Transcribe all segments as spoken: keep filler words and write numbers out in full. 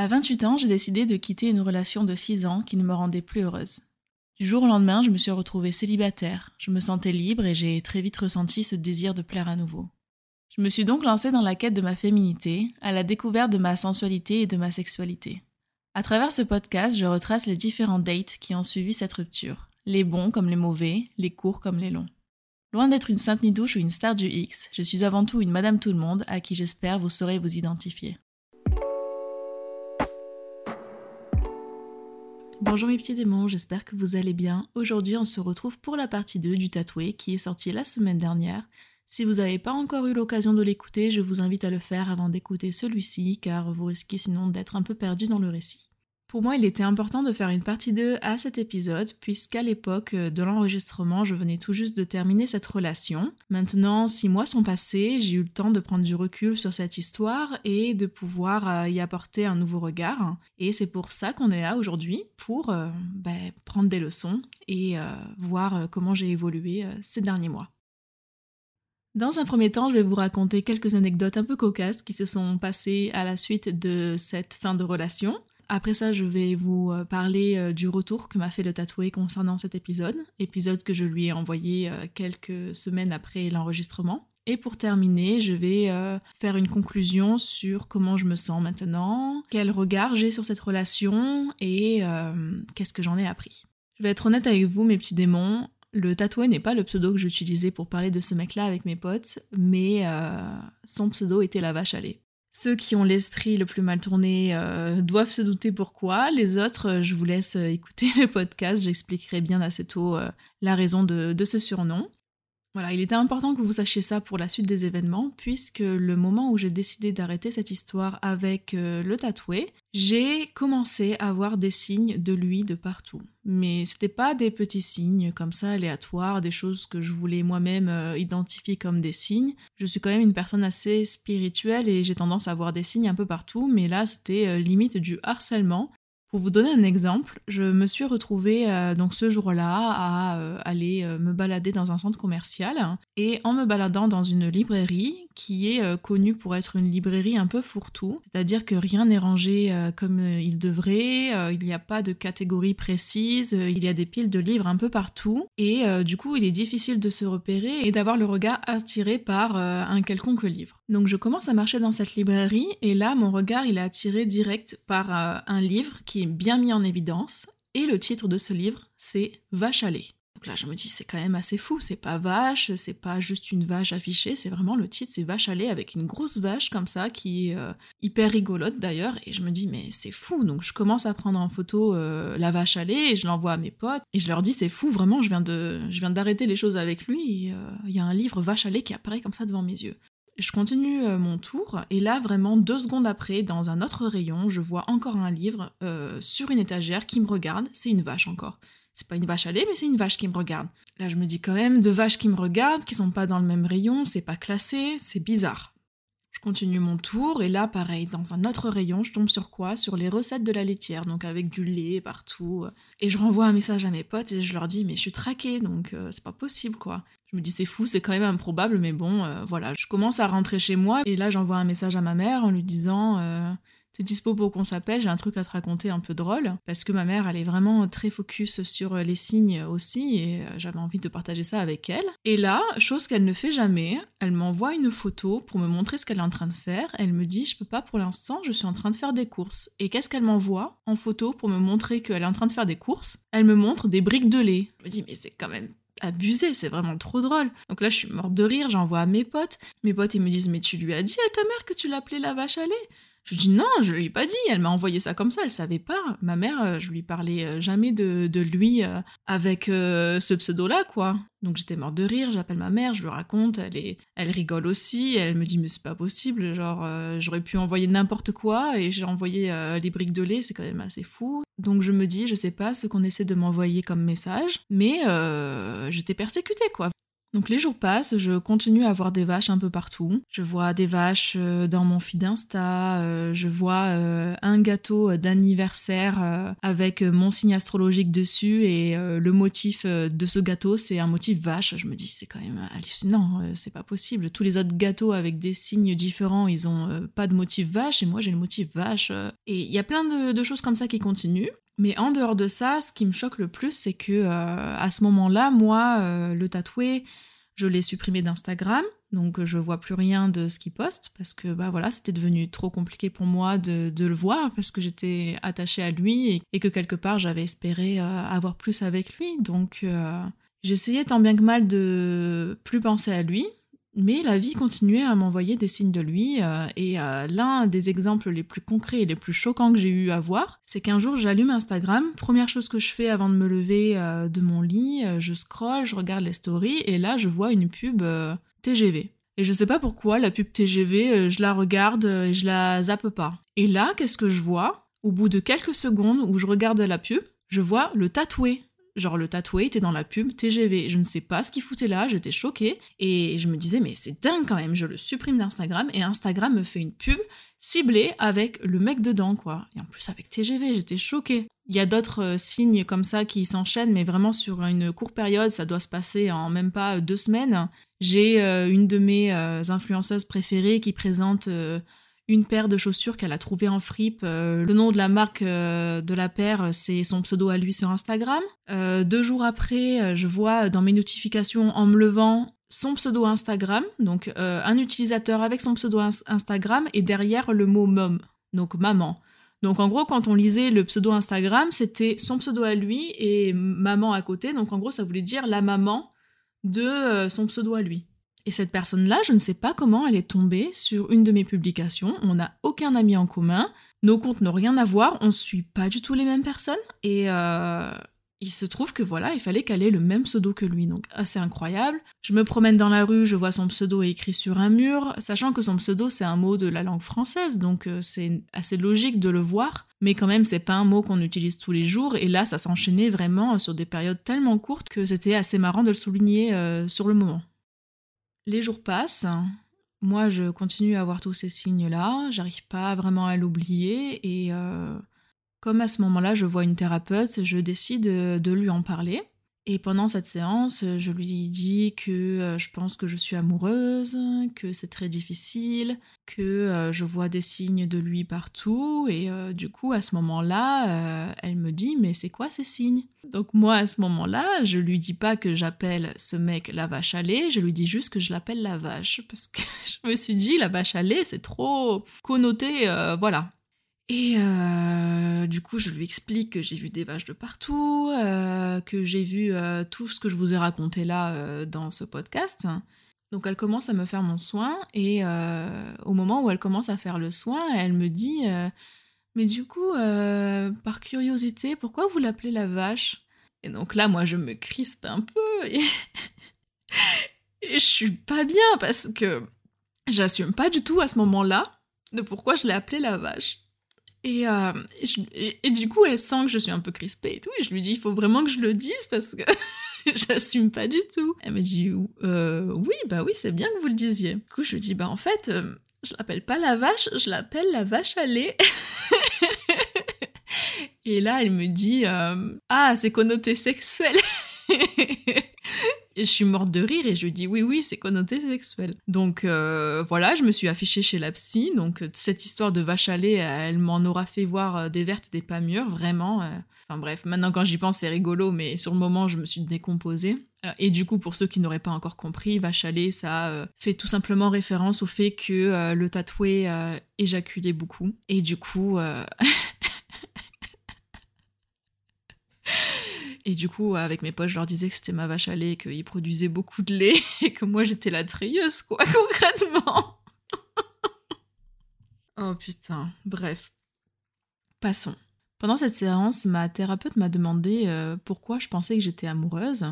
À vingt-huit ans, j'ai décidé de quitter une relation de six ans qui ne me rendait plus heureuse. Du jour au lendemain, je me suis retrouvée célibataire. Je me sentais libre et j'ai très vite ressenti ce désir de plaire à nouveau. Je me suis donc lancée dans la quête de ma féminité, à la découverte de ma sensualité et de ma sexualité. À travers ce podcast, je retrace les différents dates qui ont suivi cette rupture, les bons comme les mauvais, les courts comme les longs. Loin d'être une sainte nidouche ou une star du X, je suis avant tout une madame tout le monde à qui j'espère vous saurez vous identifier. Bonjour mes petits démons, j'espère que vous allez bien. Aujourd'hui, on se retrouve pour la partie deux du tatoué qui est sortie la semaine dernière. Si vous n'avez pas encore eu l'occasion de l'écouter, je vous invite à le faire avant d'écouter celui-ci, car vous risquez sinon d'être un peu perdu dans le récit. Pour moi, il était important de faire une partie deux à cet épisode, puisqu'à l'époque de l'enregistrement, je venais tout juste de terminer cette relation. Maintenant, six mois sont passés, j'ai eu le temps de prendre du recul sur cette histoire et de pouvoir y apporter un nouveau regard. Et c'est pour ça qu'on est là aujourd'hui, pour euh, ben, prendre des leçons et euh, voir comment j'ai évolué euh, ces derniers mois. Dans un premier temps, je vais vous raconter quelques anecdotes un peu cocasses qui se sont passées à la suite de cette fin de relation. Après ça, je vais vous parler du retour que m'a fait le tatoué concernant cet épisode, épisode que je lui ai envoyé quelques semaines après l'enregistrement. Et pour terminer, je vais euh, faire une conclusion sur comment je me sens maintenant, quel regard j'ai sur cette relation et euh, qu'est-ce que j'en ai appris. Je vais être honnête avec vous, mes petits démons. Le tatoué n'est pas le pseudo que j'utilisais pour parler de ce mec-là avec mes potes, mais euh, son pseudo était la vache à lait. Ceux qui ont l'esprit le plus mal tourné euh, doivent se douter pourquoi. Les autres, euh, je vous laisse euh, écouter le podcast, j'expliquerai bien assez tôt euh, la raison de, de ce surnom. Voilà, il était important que vous sachiez ça pour la suite des événements, puisque le moment où j'ai décidé d'arrêter cette histoire avec euh, le tatoué, j'ai commencé à voir des signes de lui de partout. Mais c'était pas des petits signes comme ça aléatoires, des choses que je voulais moi-même euh, identifier comme des signes. Je suis quand même une personne assez spirituelle et j'ai tendance à voir des signes un peu partout, mais là c'était euh, limite du harcèlement. Pour vous donner un exemple, je me suis retrouvée euh, donc ce jour-là à euh, aller euh, me balader dans un centre commercial et en me baladant dans une librairie qui est euh, connue pour être une librairie un peu fourre-tout, c'est-à-dire que rien n'est rangé euh, comme euh, il devrait, euh, il n'y a pas de catégorie précise, euh, il y a des piles de livres un peu partout et euh, du coup il est difficile de se repérer et d'avoir le regard attiré par euh, un quelconque livre. Donc je commence à marcher dans cette librairie et là mon regard il est attiré direct par euh, un livre qui est bien mis en évidence, et le titre de ce livre, c'est « Vache à lait ». Donc là, je me dis, c'est quand même assez fou, c'est pas vache, c'est pas juste une vache affichée, c'est vraiment le titre, c'est « Vache à lait » avec une grosse vache comme ça, qui est euh, hyper rigolote d'ailleurs, et je me dis, mais c'est fou. Donc je commence à prendre en photo euh, la vache à lait, et je l'envoie à mes potes, et je leur dis, c'est fou, vraiment, je viens, de, je viens d'arrêter les choses avec lui, et il euh, y a un livre « Vache à lait » qui apparaît comme ça devant mes yeux. Je continue euh, mon tour, et là, vraiment, deux secondes après, dans un autre rayon, je vois encore un livre euh, sur une étagère qui me regarde. C'est une vache encore. C'est pas une vache à lait, mais c'est une vache qui me regarde. Là, je me dis quand même, deux vaches qui me regardent, qui sont pas dans le même rayon, c'est pas classé, c'est bizarre. Je continue mon tour, et là, pareil, dans un autre rayon, je tombe sur quoi ? Sur les recettes de la laitière, donc avec du lait partout. Et je renvoie un message à mes potes, et je leur dis, mais je suis traquée, donc euh, c'est pas possible, quoi. Je me dis, c'est fou, c'est quand même improbable, mais bon, euh, voilà. Je commence à rentrer chez moi, et là, j'envoie un message à ma mère en lui disant... Euh, T'es dispo pour qu'on s'appelle, j'ai un truc à te raconter un peu drôle, parce que ma mère, elle est vraiment très focus sur les signes aussi, et j'avais envie de partager ça avec elle. Et là, chose qu'elle ne fait jamais, elle m'envoie une photo pour me montrer ce qu'elle est en train de faire. Elle me dit, je peux pas pour l'instant, je suis en train de faire des courses. Et qu'est-ce qu'elle m'envoie en photo pour me montrer qu'elle est en train de faire des courses ? Elle me montre des briques de lait. Je me dis, mais c'est quand même... abusé, c'est vraiment trop drôle. Donc là, je suis morte de rire, j'envoie à mes potes. Mes potes, ils me disent, mais tu lui as dit à ta mère que tu l'appelais la vache à lait ? Je dis non, je lui ai pas dit, elle m'a envoyé ça comme ça, elle savait pas. Ma mère, euh, je lui parlais euh, jamais de, de lui euh, avec euh, ce pseudo-là, quoi. Donc j'étais morte de rire, j'appelle ma mère, je lui raconte, elle, est, elle rigole aussi, elle me dit mais c'est pas possible, genre euh, j'aurais pu envoyer n'importe quoi et j'ai envoyé euh, les briques de lait, c'est quand même assez fou. Donc je me dis, je sais pas ce qu'on essaie de m'envoyer comme message, mais euh, j'étais persécutée, quoi. Donc les jours passent, je continue à voir des vaches un peu partout. Je vois des vaches euh, dans mon feed Insta, euh, je vois euh, un gâteau d'anniversaire euh, avec mon signe astrologique dessus et euh, le motif euh, de ce gâteau, c'est un motif vache. Je me dis, c'est quand même hallucinant, euh, c'est pas possible. Tous les autres gâteaux avec des signes différents, ils ont euh, pas de motif vache et moi j'ai le motif vache. euh. Et il y a plein de, de choses comme ça qui continuent. Mais en dehors de ça, ce qui me choque le plus, c'est que euh, à ce moment-là, moi, euh, le tatoué, je l'ai supprimé d'Instagram, donc je vois plus rien de ce qu'il poste parce que bah voilà, c'était devenu trop compliqué pour moi de, de le voir parce que j'étais attachée à lui et, et que quelque part j'avais espéré euh, avoir plus avec lui. Donc euh, j'essayais tant bien que mal de plus penser à lui. Mais la vie continuait à m'envoyer des signes de lui, euh, et euh, l'un des exemples les plus concrets et les plus choquants que j'ai eu à voir, c'est qu'un jour j'allume Instagram, première chose que je fais avant de me lever euh, de mon lit, euh, je scrolle, je regarde les stories, et là je vois une pub euh, T G V. Et je sais pas pourquoi, la pub T G V, euh, je la regarde euh, et je la zappe pas. Et là, qu'est-ce que je vois? Au bout de quelques secondes où je regarde la pub, je vois le tatoué. Genre le tatoué était dans la pub T G V. Je ne sais pas ce qu'il foutait là, j'étais choquée. Et je me disais, mais c'est dingue quand même, je le supprime d'Instagram et Instagram me fait une pub ciblée avec le mec dedans, quoi. Et en plus avec T G V, j'étais choquée. Il y a d'autres euh, signes comme ça qui s'enchaînent, mais vraiment sur une courte période, ça doit se passer en même pas deux semaines. J'ai euh, une de mes euh, influenceuses préférées qui présente... Euh, une paire de chaussures qu'elle a trouvée en fripe. Euh, le nom de la marque euh, de la paire, c'est son pseudo à lui sur Instagram. Euh, deux jours après, euh, je vois dans mes notifications en me levant son pseudo Instagram, donc euh, un utilisateur avec son pseudo Instagram et derrière le mot mom, donc maman. Donc en gros, quand on lisait le pseudo Instagram, c'était son pseudo à lui et maman à côté. Donc en gros, ça voulait dire la maman de euh, son pseudo à lui. Et cette personne-là, je ne sais pas comment elle est tombée sur une de mes publications. On n'a aucun ami en commun, nos comptes n'ont rien à voir, on ne suit pas du tout les mêmes personnes. Et euh, il se trouve que voilà, il fallait qu'elle ait le même pseudo que lui, donc assez incroyable. Je me promène dans la rue, je vois son pseudo écrit sur un mur, sachant que son pseudo c'est un mot de la langue française, donc euh, c'est assez logique de le voir. Mais quand même, c'est pas un mot qu'on utilise tous les jours, et là, ça s'enchaînait vraiment sur des périodes tellement courtes que c'était assez marrant de le souligner euh, sur le moment. Les jours passent, moi je continue à voir tous ces signes-là, j'arrive pas vraiment à l'oublier et euh, comme à ce moment-là je vois une thérapeute, je décide de lui en parler. Et pendant cette séance, je lui dis que euh, je pense que je suis amoureuse, que c'est très difficile, que euh, je vois des signes de lui partout. Et euh, du coup, à ce moment-là, euh, elle me dit « Mais c'est quoi ces signes ?» Donc moi, à ce moment-là, je lui dis pas que j'appelle ce mec la vache à lait, je lui dis juste que je l'appelle la vache. Parce que je me suis dit, la vache à lait, c'est trop connoté, euh, voilà. Et euh, du coup, je lui explique que j'ai vu des vaches de partout, euh, que j'ai vu euh, tout ce que je vous ai raconté là euh, dans ce podcast. Donc elle commence à me faire mon soin et euh, au moment où elle commence à faire le soin, elle me dit euh, « Mais du coup, euh, par curiosité, pourquoi vous l'appelez la vache ?» Et donc là, moi, je me crispe un peu et, et je suis pas bien parce que j'assume pas du tout à ce moment-là de pourquoi je l'ai appelée la vache. Et, euh, et, je, et, et du coup, elle sent que je suis un peu crispée et tout, et je lui dis, il faut vraiment que je le dise parce que j'assume pas du tout. Elle me dit, euh, oui, bah oui, c'est bien que vous le disiez. Du coup, je lui dis, bah en fait, euh, je l'appelle pas la vache, je l'appelle la vache à lait. Et là, elle me dit, euh, ah, c'est connoté sexuel. Et je suis morte de rire et je lui dis oui, oui, c'est connoté sexuel. Donc euh, voilà, je me suis affichée chez la psy. Donc cette histoire de vache à lait, elle m'en aura fait voir des vertes et des pas mûres, vraiment. Enfin bref, maintenant quand j'y pense, c'est rigolo, mais sur le moment, je me suis décomposée. Et du coup, pour ceux qui n'auraient pas encore compris, vache à lait, ça euh, fait tout simplement référence au fait que euh, le tatoué euh, éjaculait beaucoup. Et du coup... Euh... Et du coup, avec mes potes, je leur disais que c'était ma vache à lait, qu'ils produisaient beaucoup de lait, et que moi, j'étais la trieuse, quoi, concrètement. Oh putain, bref. Passons. Pendant cette séance, ma thérapeute m'a demandé euh, pourquoi je pensais que j'étais amoureuse,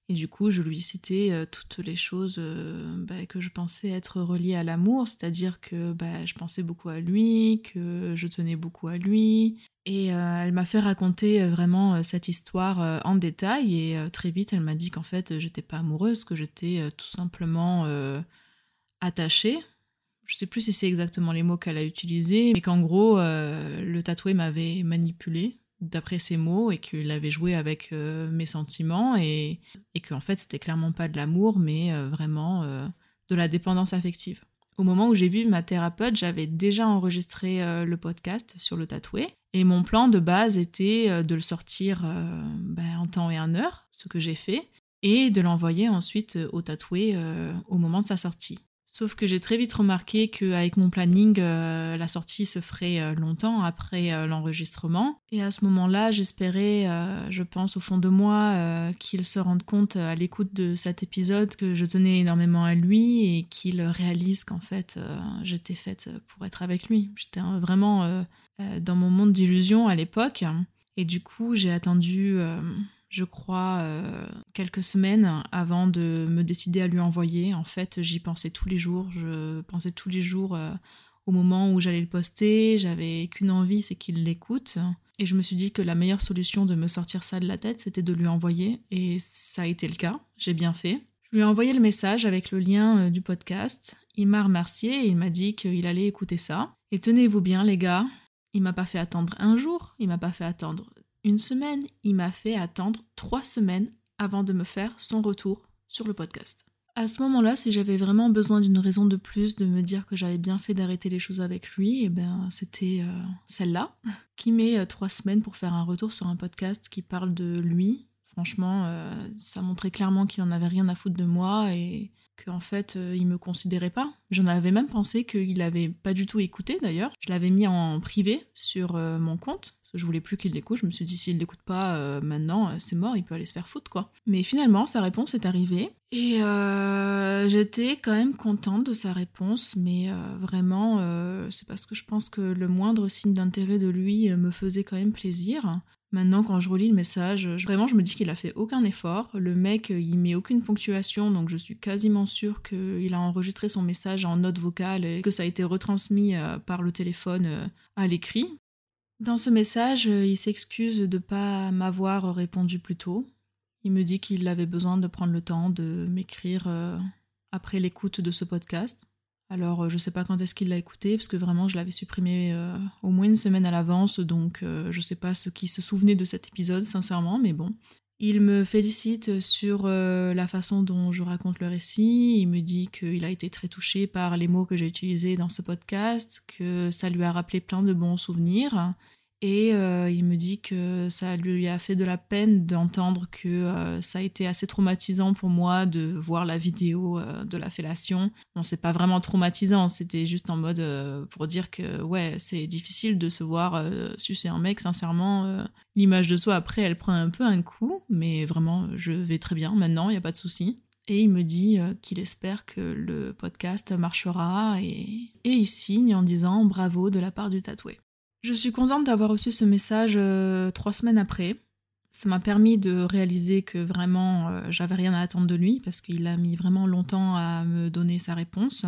Et du coup, je lui citais euh, toutes les choses euh, bah, que je pensais être reliées à l'amour, c'est-à-dire que bah, je pensais beaucoup à lui, que je tenais beaucoup à lui. Et euh, elle m'a fait raconter euh, vraiment euh, cette histoire euh, en détail. Et euh, très vite, elle m'a dit qu'en fait, euh, j'étais pas amoureuse, que j'étais euh, tout simplement euh, attachée. Je sais plus si c'est exactement les mots qu'elle a utilisés, mais qu'en gros, euh, le tatoué m'avait manipulée d'après ses mots et qu'il avait joué avec euh, mes sentiments et, et qu'en fait c'était clairement pas de l'amour mais euh, vraiment euh, de la dépendance affective. Au moment où j'ai vu ma thérapeute, j'avais déjà enregistré euh, le podcast sur le tatoué et mon plan de base était euh, de le sortir euh, ben, en temps et en heure, ce que j'ai fait, et de l'envoyer ensuite au tatoué euh, au moment de sa sortie. Sauf que j'ai très vite remarqué qu'avec mon planning, euh, la sortie se ferait euh, longtemps après euh, l'enregistrement. Et à ce moment-là, j'espérais, euh, je pense au fond de moi, euh, qu'il se rende compte à l'écoute de cet épisode que je tenais énormément à lui et qu'il réalise qu'en fait, euh, j'étais faite pour être avec lui. J'étais euh, vraiment euh, euh, dans mon monde d'illusion à l'époque. Et du coup, j'ai attendu... Euh, je crois, euh, quelques semaines avant de me décider à lui envoyer. En fait, j'y pensais tous les jours. Je pensais tous les jours euh, au moment où j'allais le poster. J'avais qu'une envie, c'est qu'il l'écoute. Et je me suis dit que la meilleure solution de me sortir ça de la tête, c'était de lui envoyer. Et ça a été le cas. J'ai bien fait. Je lui ai envoyé le message avec le lien euh, du podcast. Il m'a remercié et il m'a dit qu'il allait écouter ça. Et tenez-vous bien, les gars, il m'a pas fait attendre un jour. Il m'a pas fait attendre une semaine, il m'a fait attendre trois semaines avant de me faire son retour sur le podcast. À ce moment-là, si j'avais vraiment besoin d'une raison de plus de me dire que j'avais bien fait d'arrêter les choses avec lui, et ben c'était euh, celle-là, qui met euh, trois semaines pour faire un retour sur un podcast qui parle de lui. Franchement, euh, ça montrait clairement qu'il en avait rien à foutre de moi et qu'en fait, euh, il me considérait pas. J'en avais même pensé qu'il avait pas du tout écouté d'ailleurs. Je l'avais mis en privé sur euh, mon compte. Je voulais plus qu'il l'écoute, je me suis dit s'il l'écoute pas euh, maintenant, euh, c'est mort, il peut aller se faire foutre quoi. Mais finalement, sa réponse est arrivée et euh, j'étais quand même contente de sa réponse, mais euh, vraiment, euh, c'est parce que je pense que le moindre signe d'intérêt de lui euh, me faisait quand même plaisir. Maintenant, quand je relis le message, je, vraiment, je me dis qu'il a fait aucun effort. Le mec, il met aucune ponctuation, donc je suis quasiment sûre qu'il a enregistré son message en note vocale et que ça a été retransmis euh, par le téléphone euh, à l'écrit. Dans ce message, il s'excuse de ne pas m'avoir répondu plus tôt. Il me dit qu'il avait besoin de prendre le temps de m'écrire euh, après l'écoute de ce podcast. Alors, je sais pas quand est-ce qu'il l'a écouté, parce que vraiment, je l'avais supprimé euh, au moins une semaine à l'avance, donc euh, je sais pas ce qui se souvenait de cet épisode, sincèrement, mais bon. Il me félicite sur euh, la façon dont je raconte le récit, il me dit qu'il a été très touché par les mots que j'ai utilisés dans ce podcast, que ça lui a rappelé plein de bons souvenirs, et euh, il me dit que ça lui a fait de la peine d'entendre que euh, ça a été assez traumatisant pour moi de voir la vidéo euh, de la fellation. Bon, c'est pas vraiment traumatisant, c'était juste en mode euh, pour dire que ouais, c'est difficile de se voir euh, sucer un mec, sincèrement. Euh, l'image de soi, après, elle prend un peu un coup, mais vraiment, je vais très bien maintenant, il n'y a pas de souci. Et il me dit euh, qu'il espère que le podcast marchera et, et il signe en disant bravo de la part du tatoué. Je suis contente d'avoir reçu ce message euh, trois semaines après. Ça m'a permis de réaliser que vraiment euh, j'avais rien à attendre de lui parce qu'il a mis vraiment longtemps à me donner sa réponse.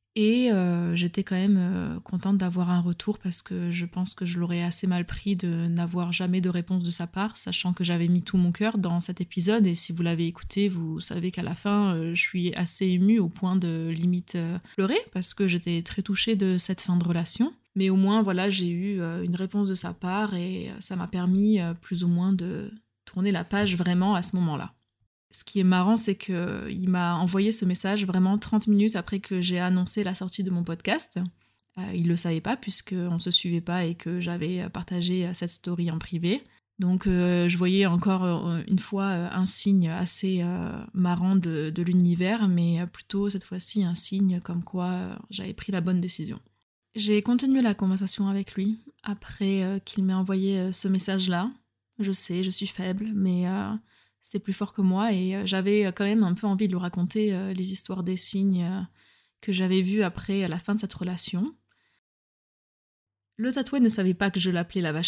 Et euh, j'étais quand même euh, contente d'avoir un retour parce que je pense que je l'aurais assez mal pris de n'avoir jamais de réponse de sa part, sachant que j'avais mis tout mon cœur dans cet épisode. Et si vous l'avez écouté, vous savez qu'à la fin, euh, je suis assez émue au point de limite euh, pleurer parce que j'étais très touchée de cette fin de relation. Mais au moins, voilà, j'ai eu euh, une réponse de sa part et ça m'a permis euh, plus ou moins de tourner la page vraiment à ce moment-là. Ce qui est marrant, c'est qu'il m'a envoyé ce message vraiment trente minutes après que j'ai annoncé la sortie de mon podcast. Euh, il ne le savait pas puisqu'on ne se suivait pas et que j'avais partagé cette story en privé. Donc euh, je voyais encore euh, une fois euh, un signe assez euh, marrant de, de l'univers, mais plutôt cette fois-ci un signe comme quoi euh, j'avais pris la bonne décision. J'ai continué la conversation avec lui après euh, qu'il m'ait envoyé euh, ce message-là. Je sais, je suis faible, mais euh, c'était plus fort que moi et euh, j'avais quand même un peu envie de lui raconter euh, les histoires des signes euh, que j'avais vus après la fin de cette relation. Le tatoué ne savait pas que je l'appelais la vache à lait.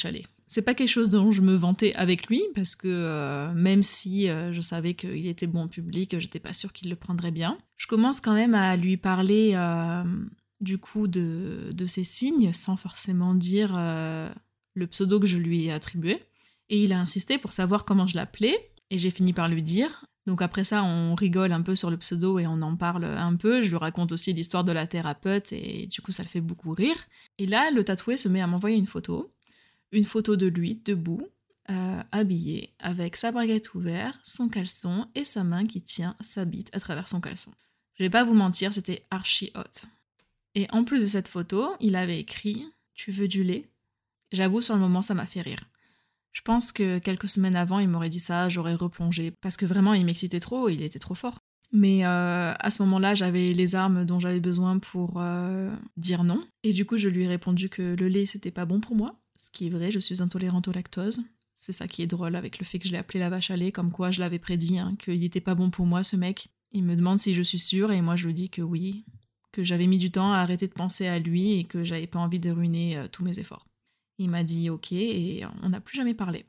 C'est pas quelque chose dont je me vantais avec lui, parce que euh, même si euh, je savais qu'il était bon en public, j'étais pas sûre qu'il le prendrait bien. Je commence quand même à lui parler euh, du coup de, de ses signes, sans forcément dire euh, le pseudo que je lui ai attribué. Et il a insisté pour savoir comment je l'appelais, et j'ai fini par lui dire. Donc après ça, on rigole un peu sur le pseudo et on en parle un peu. Je lui raconte aussi l'histoire de la thérapeute, et du coup ça le fait beaucoup rire. Et là, le tatoué se met à m'envoyer une photo. Une photo de lui, debout, euh, habillé, avec sa braguette ouverte, son caleçon et sa main qui tient sa bite à travers son caleçon. Je vais pas vous mentir, c'était archi hot. Et en plus de cette photo, il avait écrit « Tu veux du lait ?» J'avoue, sur le moment, ça m'a fait rire. Je pense que quelques semaines avant, il m'aurait dit ça, j'aurais replongé, parce que vraiment, il m'excitait trop, il était trop fort. Mais euh, à ce moment-là, j'avais les armes dont j'avais besoin pour euh, dire non. Et du coup, je lui ai répondu que le lait, c'était pas bon pour moi. Ce qui est vrai, je suis intolérante au lactose. C'est ça qui est drôle avec le fait que je l'ai appelé la vache à lait, comme quoi je l'avais prédit, hein, qu'il était pas bon pour moi, ce mec. Il me demande si je suis sûre, et moi je lui dis que oui, que j'avais mis du temps à arrêter de penser à lui et que j'avais pas envie de ruiner euh, tous mes efforts. Il m'a dit ok, et on n'a plus jamais parlé.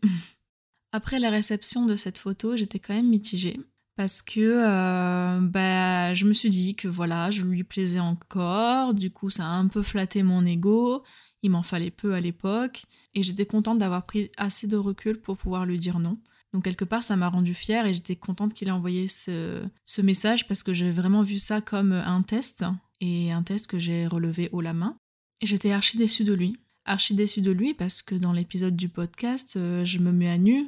Après la réception de cette photo, j'étais quand même mitigée. Parce que euh, bah, je me suis dit que voilà, je lui plaisais encore, du coup ça a un peu flatté mon ego, il m'en fallait peu à l'époque, et j'étais contente d'avoir pris assez de recul pour pouvoir lui dire non. Donc quelque part ça m'a rendue fière et j'étais contente qu'il ait envoyé ce, ce message parce que j'ai vraiment vu ça comme un test, et un test que j'ai relevé haut la main. Et j'étais archi déçue de lui. Archi déçue de lui parce que dans l'épisode du podcast, euh, je me mets à nu.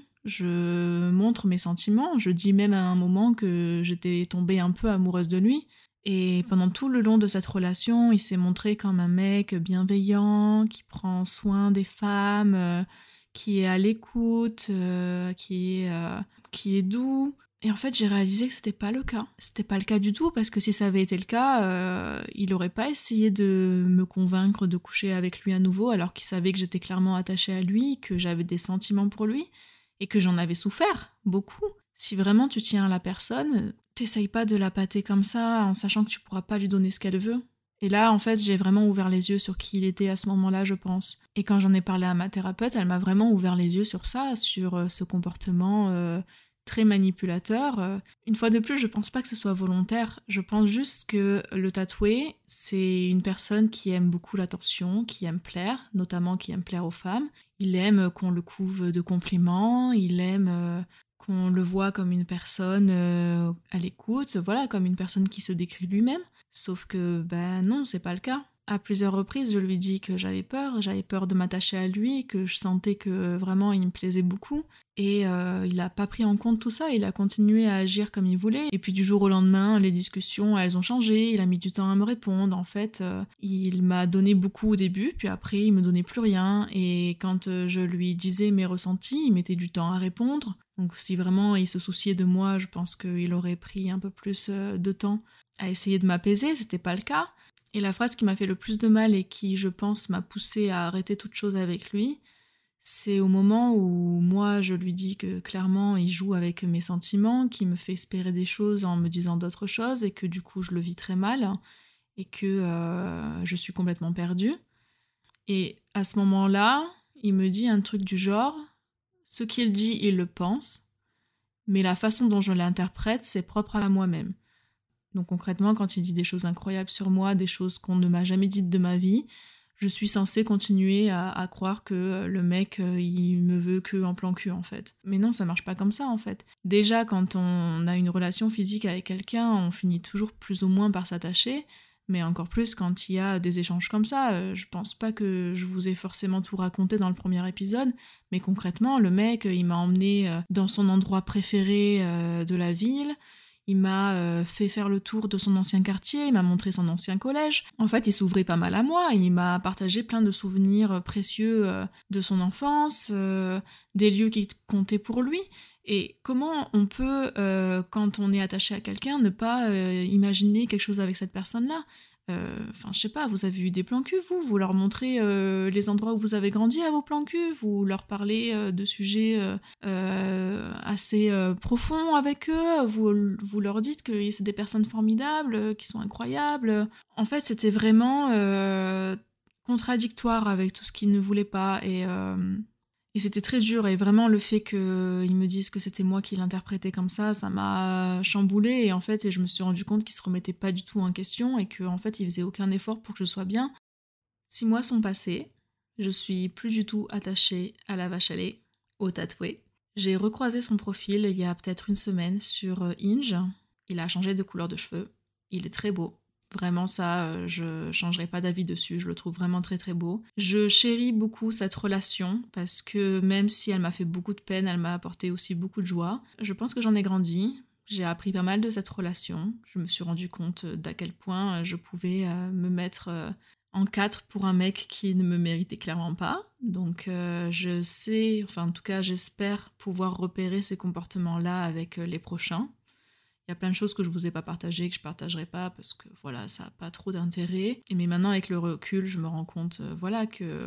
Je montre mes sentiments, je dis même à un moment que j'étais tombée un peu amoureuse de lui. Et pendant tout le long de cette relation, il s'est montré comme un mec bienveillant, qui prend soin des femmes, euh, qui est à l'écoute, euh, qui est, euh, qui est doux. Et en fait, j'ai réalisé que c'était pas le cas. C'était pas le cas du tout, parce que si ça avait été le cas, euh, il aurait pas essayé de me convaincre de coucher avec lui à nouveau, alors qu'il savait que j'étais clairement attachée à lui, que j'avais des sentiments pour lui. Et que j'en avais souffert, beaucoup. Si vraiment tu tiens à la personne, t'essayes pas de la pâter comme ça en sachant que tu pourras pas lui donner ce qu'elle veut. Et là, en fait, j'ai vraiment ouvert les yeux sur qui il était à ce moment-là, je pense. Et quand j'en ai parlé à ma thérapeute, elle m'a vraiment ouvert les yeux sur ça, sur euh, ce comportement euh, très manipulateur. Euh, une fois de plus, je pense pas que ce soit volontaire. Je pense juste que le tatoué, c'est une personne qui aime beaucoup l'attention, qui aime plaire, notamment qui aime plaire aux femmes. Il aime qu'on le couve de compliments, il aime euh, qu'on le voit comme une personne euh, à l'écoute, voilà, comme une personne qui se décrit lui-même. Sauf que, ben non, c'est pas le cas. À plusieurs reprises, je lui dis que j'avais peur, j'avais peur de m'attacher à lui, que je sentais que vraiment il me plaisait beaucoup. Et euh, il a pas pris en compte tout ça, il a continué à agir comme il voulait. Et puis du jour au lendemain, les discussions, elles ont changé, il a mis du temps à me répondre. En fait, euh, il m'a donné beaucoup au début, puis après, il me donnait plus rien. Et quand euh, je lui disais mes ressentis, il mettait du temps à répondre. Donc si vraiment il se souciait de moi, je pense qu'il aurait pris un peu plus euh, de temps à essayer de m'apaiser, c'était pas le cas. Et la phrase qui m'a fait le plus de mal et qui, je pense, m'a poussée à arrêter toute chose avec lui, c'est au moment où moi, je lui dis que clairement, il joue avec mes sentiments, qu'il me fait espérer des choses en me disant d'autres choses et que du coup, je le vis très mal et que euh, je suis complètement perdue. Et à ce moment-là, il me dit un truc du genre « Ce qu'il dit, il le pense, mais la façon dont je l'interprète, c'est propre à moi-même. » Donc concrètement, quand il dit des choses incroyables sur moi, des choses qu'on ne m'a jamais dites de ma vie, je suis censée continuer à, à croire que le mec, il me veut que en plan cul, en fait. Mais non, ça marche pas comme ça, en fait. Déjà, quand on a une relation physique avec quelqu'un, on finit toujours plus ou moins par s'attacher, mais encore plus quand il y a des échanges comme ça. Je pense pas que je vous ai forcément tout raconté dans le premier épisode, mais concrètement, le mec, il m'a emmené dans son endroit préféré de la ville. Il m'a euh, fait faire le tour de son ancien quartier, il m'a montré son ancien collège. En fait, il s'ouvrait pas mal à moi, il m'a partagé plein de souvenirs précieux euh, de son enfance, euh, des lieux qui comptaient pour lui. Et comment on peut, euh, quand on est attaché à quelqu'un, ne pas euh, imaginer quelque chose avec cette personne-là ? Enfin, euh, je sais pas, vous avez eu des plans cul, vous Vous leur montrez euh, les endroits où vous avez grandi à vos plans cul, vous leur parlez euh, de sujets euh, euh, assez euh, profonds avec eux, vous, vous leur dites que c'est des personnes formidables, euh, qui sont incroyables. En fait, c'était vraiment euh, contradictoire avec tout ce qu'ils ne voulaient pas. Et, euh, Et c'était très dur, et vraiment le fait qu'ils me disent que c'était moi qui l'interprétais comme ça, ça m'a chamboulée, et en fait, et je me suis rendu compte qu'ils se remettaient pas du tout en question, et qu'en fait, ils faisaient aucun effort pour que je sois bien. Six mois sont passés, je suis plus du tout attachée à la vache à lait, au tatoué. J'ai recroisé son profil il y a peut-être une semaine sur Hinge. Il a changé de couleur de cheveux, il est très beau. Vraiment, ça, je changerai pas d'avis dessus, je le trouve vraiment très très beau. Je chéris beaucoup cette relation parce que même si elle m'a fait beaucoup de peine, elle m'a apporté aussi beaucoup de joie. Je pense que j'en ai grandi, j'ai appris pas mal de cette relation. Je me suis rendu compte d'à quel point je pouvais me mettre en quatre pour un mec qui ne me méritait clairement pas. Donc euh, je sais, enfin en tout cas j'espère pouvoir repérer ces comportements-là avec les prochains. Il y a plein de choses que je vous ai pas partagées, que je partagerai pas parce que voilà, ça a pas trop d'intérêt. Et mais maintenant avec le recul, je me rends compte euh, voilà que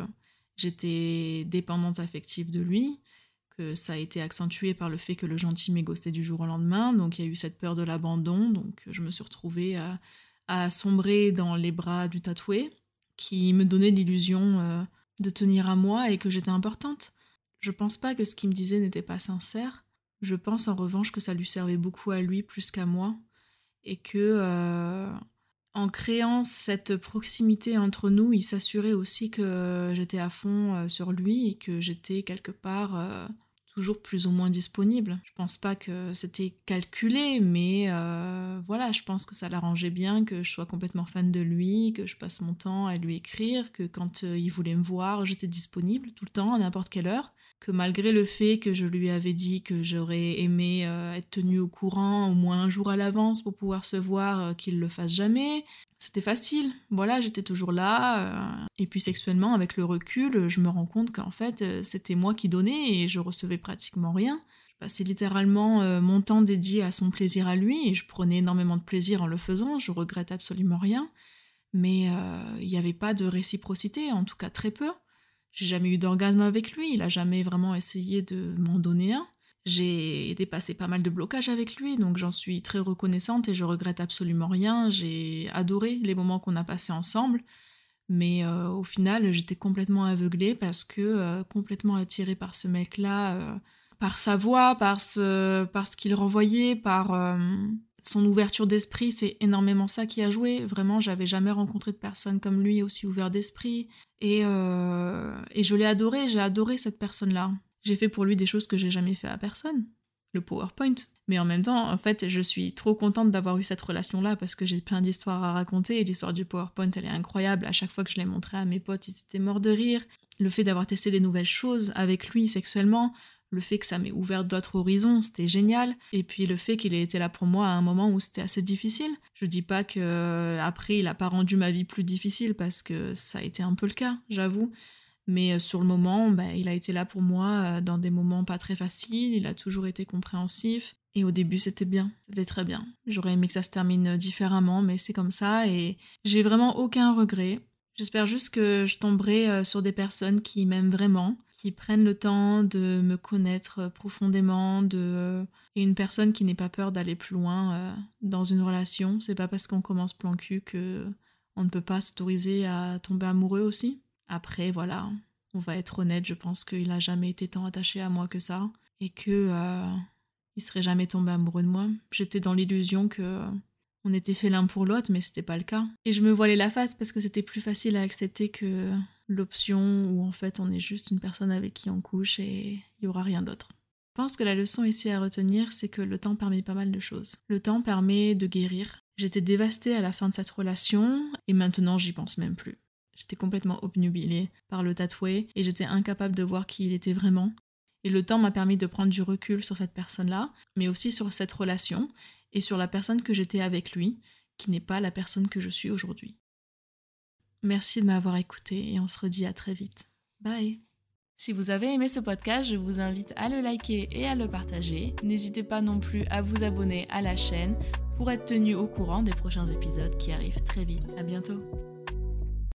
j'étais dépendante affective de lui, que ça a été accentué par le fait que le gentil m'ait ghosté du jour au lendemain. Donc il y a eu cette peur de l'abandon, donc je me suis retrouvée à, à sombrer dans les bras du tatoué qui me donnait l'illusion euh, de tenir à moi et que j'étais importante. Je pense pas que ce qu'il me disait n'était pas sincère. Je pense en revanche que ça lui servait beaucoup à lui plus qu'à moi, et que euh, en créant cette proximité entre nous, il s'assurait aussi que j'étais à fond sur lui et que j'étais quelque part euh, toujours plus ou moins disponible. Je pense pas que c'était calculé, mais euh, voilà, je pense que ça l'arrangeait bien que je sois complètement fan de lui, que je passe mon temps à lui écrire, que quand euh, il voulait me voir, j'étais disponible tout le temps, à n'importe quelle heure. Que malgré le fait que je lui avais dit que j'aurais aimé euh, être tenue au courant au moins un jour à l'avance pour pouvoir se voir, euh, qu'il le fasse jamais, c'était facile. Voilà, j'étais toujours là. Euh, et puis sexuellement, avec le recul, je me rends compte qu'en fait, euh, c'était moi qui donnais et je recevais pratiquement rien. Je passais littéralement euh, mon temps dédié à son plaisir à lui et je prenais énormément de plaisir en le faisant. Je regrette absolument rien. Mais euh, il n'y avait pas de réciprocité, en tout cas très peu. J'ai jamais eu d'orgasme avec lui, il a jamais vraiment essayé de m'en donner un. J'ai dépassé pas mal de blocages avec lui, donc j'en suis très reconnaissante et je regrette absolument rien. J'ai adoré les moments qu'on a passés ensemble, mais euh, au final, j'étais complètement aveuglée parce que euh, complètement attirée par ce mec-là, euh, par sa voix, par ce, par ce qu'il renvoyait, par euh, son ouverture d'esprit. C'est énormément ça qui a joué. Vraiment, j'avais jamais rencontré de personne comme lui aussi ouvert d'esprit. Et, euh, et je l'ai adoré, j'ai adoré cette personne-là. J'ai fait pour lui des choses que j'ai jamais fait à personne. Le PowerPoint. Mais en même temps, en fait, je suis trop contente d'avoir eu cette relation-là parce que j'ai plein d'histoires à raconter et l'histoire du PowerPoint, elle est incroyable. À chaque fois que je l'ai montré à mes potes, ils étaient morts de rire. Le fait d'avoir testé des nouvelles choses avec lui sexuellement, le fait que ça m'ait ouvert d'autres horizons, c'était génial. Et puis le fait qu'il ait été là pour moi à un moment où c'était assez difficile. Je dis pas que euh, après il a pas rendu ma vie plus difficile parce que ça a été un peu le cas, j'avoue. Mais euh, sur le moment, bah, il a été là pour moi euh, dans des moments pas très faciles. Il a toujours été compréhensif. Et au début, c'était bien, c'était très bien. J'aurais aimé que ça se termine différemment, mais c'est comme ça et j'ai vraiment aucun regret. J'espère juste que je tomberai sur des personnes qui m'aiment vraiment, qui prennent le temps de me connaître profondément, de... et une personne qui n'ait pas peur d'aller plus loin euh, dans une relation. C'est pas parce qu'on commence plan cul que on ne peut pas s'autoriser à tomber amoureux aussi. Après, voilà, on va être honnête, je pense qu'il a jamais été tant attaché à moi que ça, et que euh, il serait jamais tombé amoureux de moi. J'étais dans l'illusion que on était fait l'un pour l'autre, mais c'était pas le cas. Et je me voilais la face parce que c'était plus facile à accepter que l'option où en fait on est juste une personne avec qui on couche et il y aura rien d'autre. Je pense que la leçon ici à retenir, c'est que le temps permet pas mal de choses. Le temps permet de guérir. J'étais dévastée à la fin de cette relation et maintenant j'y pense même plus. J'étais complètement obnubilée par le tatoué et j'étais incapable de voir qui il était vraiment. Et le temps m'a permis de prendre du recul sur cette personne-là, mais aussi sur cette relation et sur la personne que j'étais avec lui, qui n'est pas la personne que je suis aujourd'hui. Merci de m'avoir écouté et on se redit à très vite. Bye! Si vous avez aimé ce podcast, je vous invite à le liker et à le partager. N'hésitez pas non plus à vous abonner à la chaîne pour être tenu au courant des prochains épisodes qui arrivent très vite. À bientôt!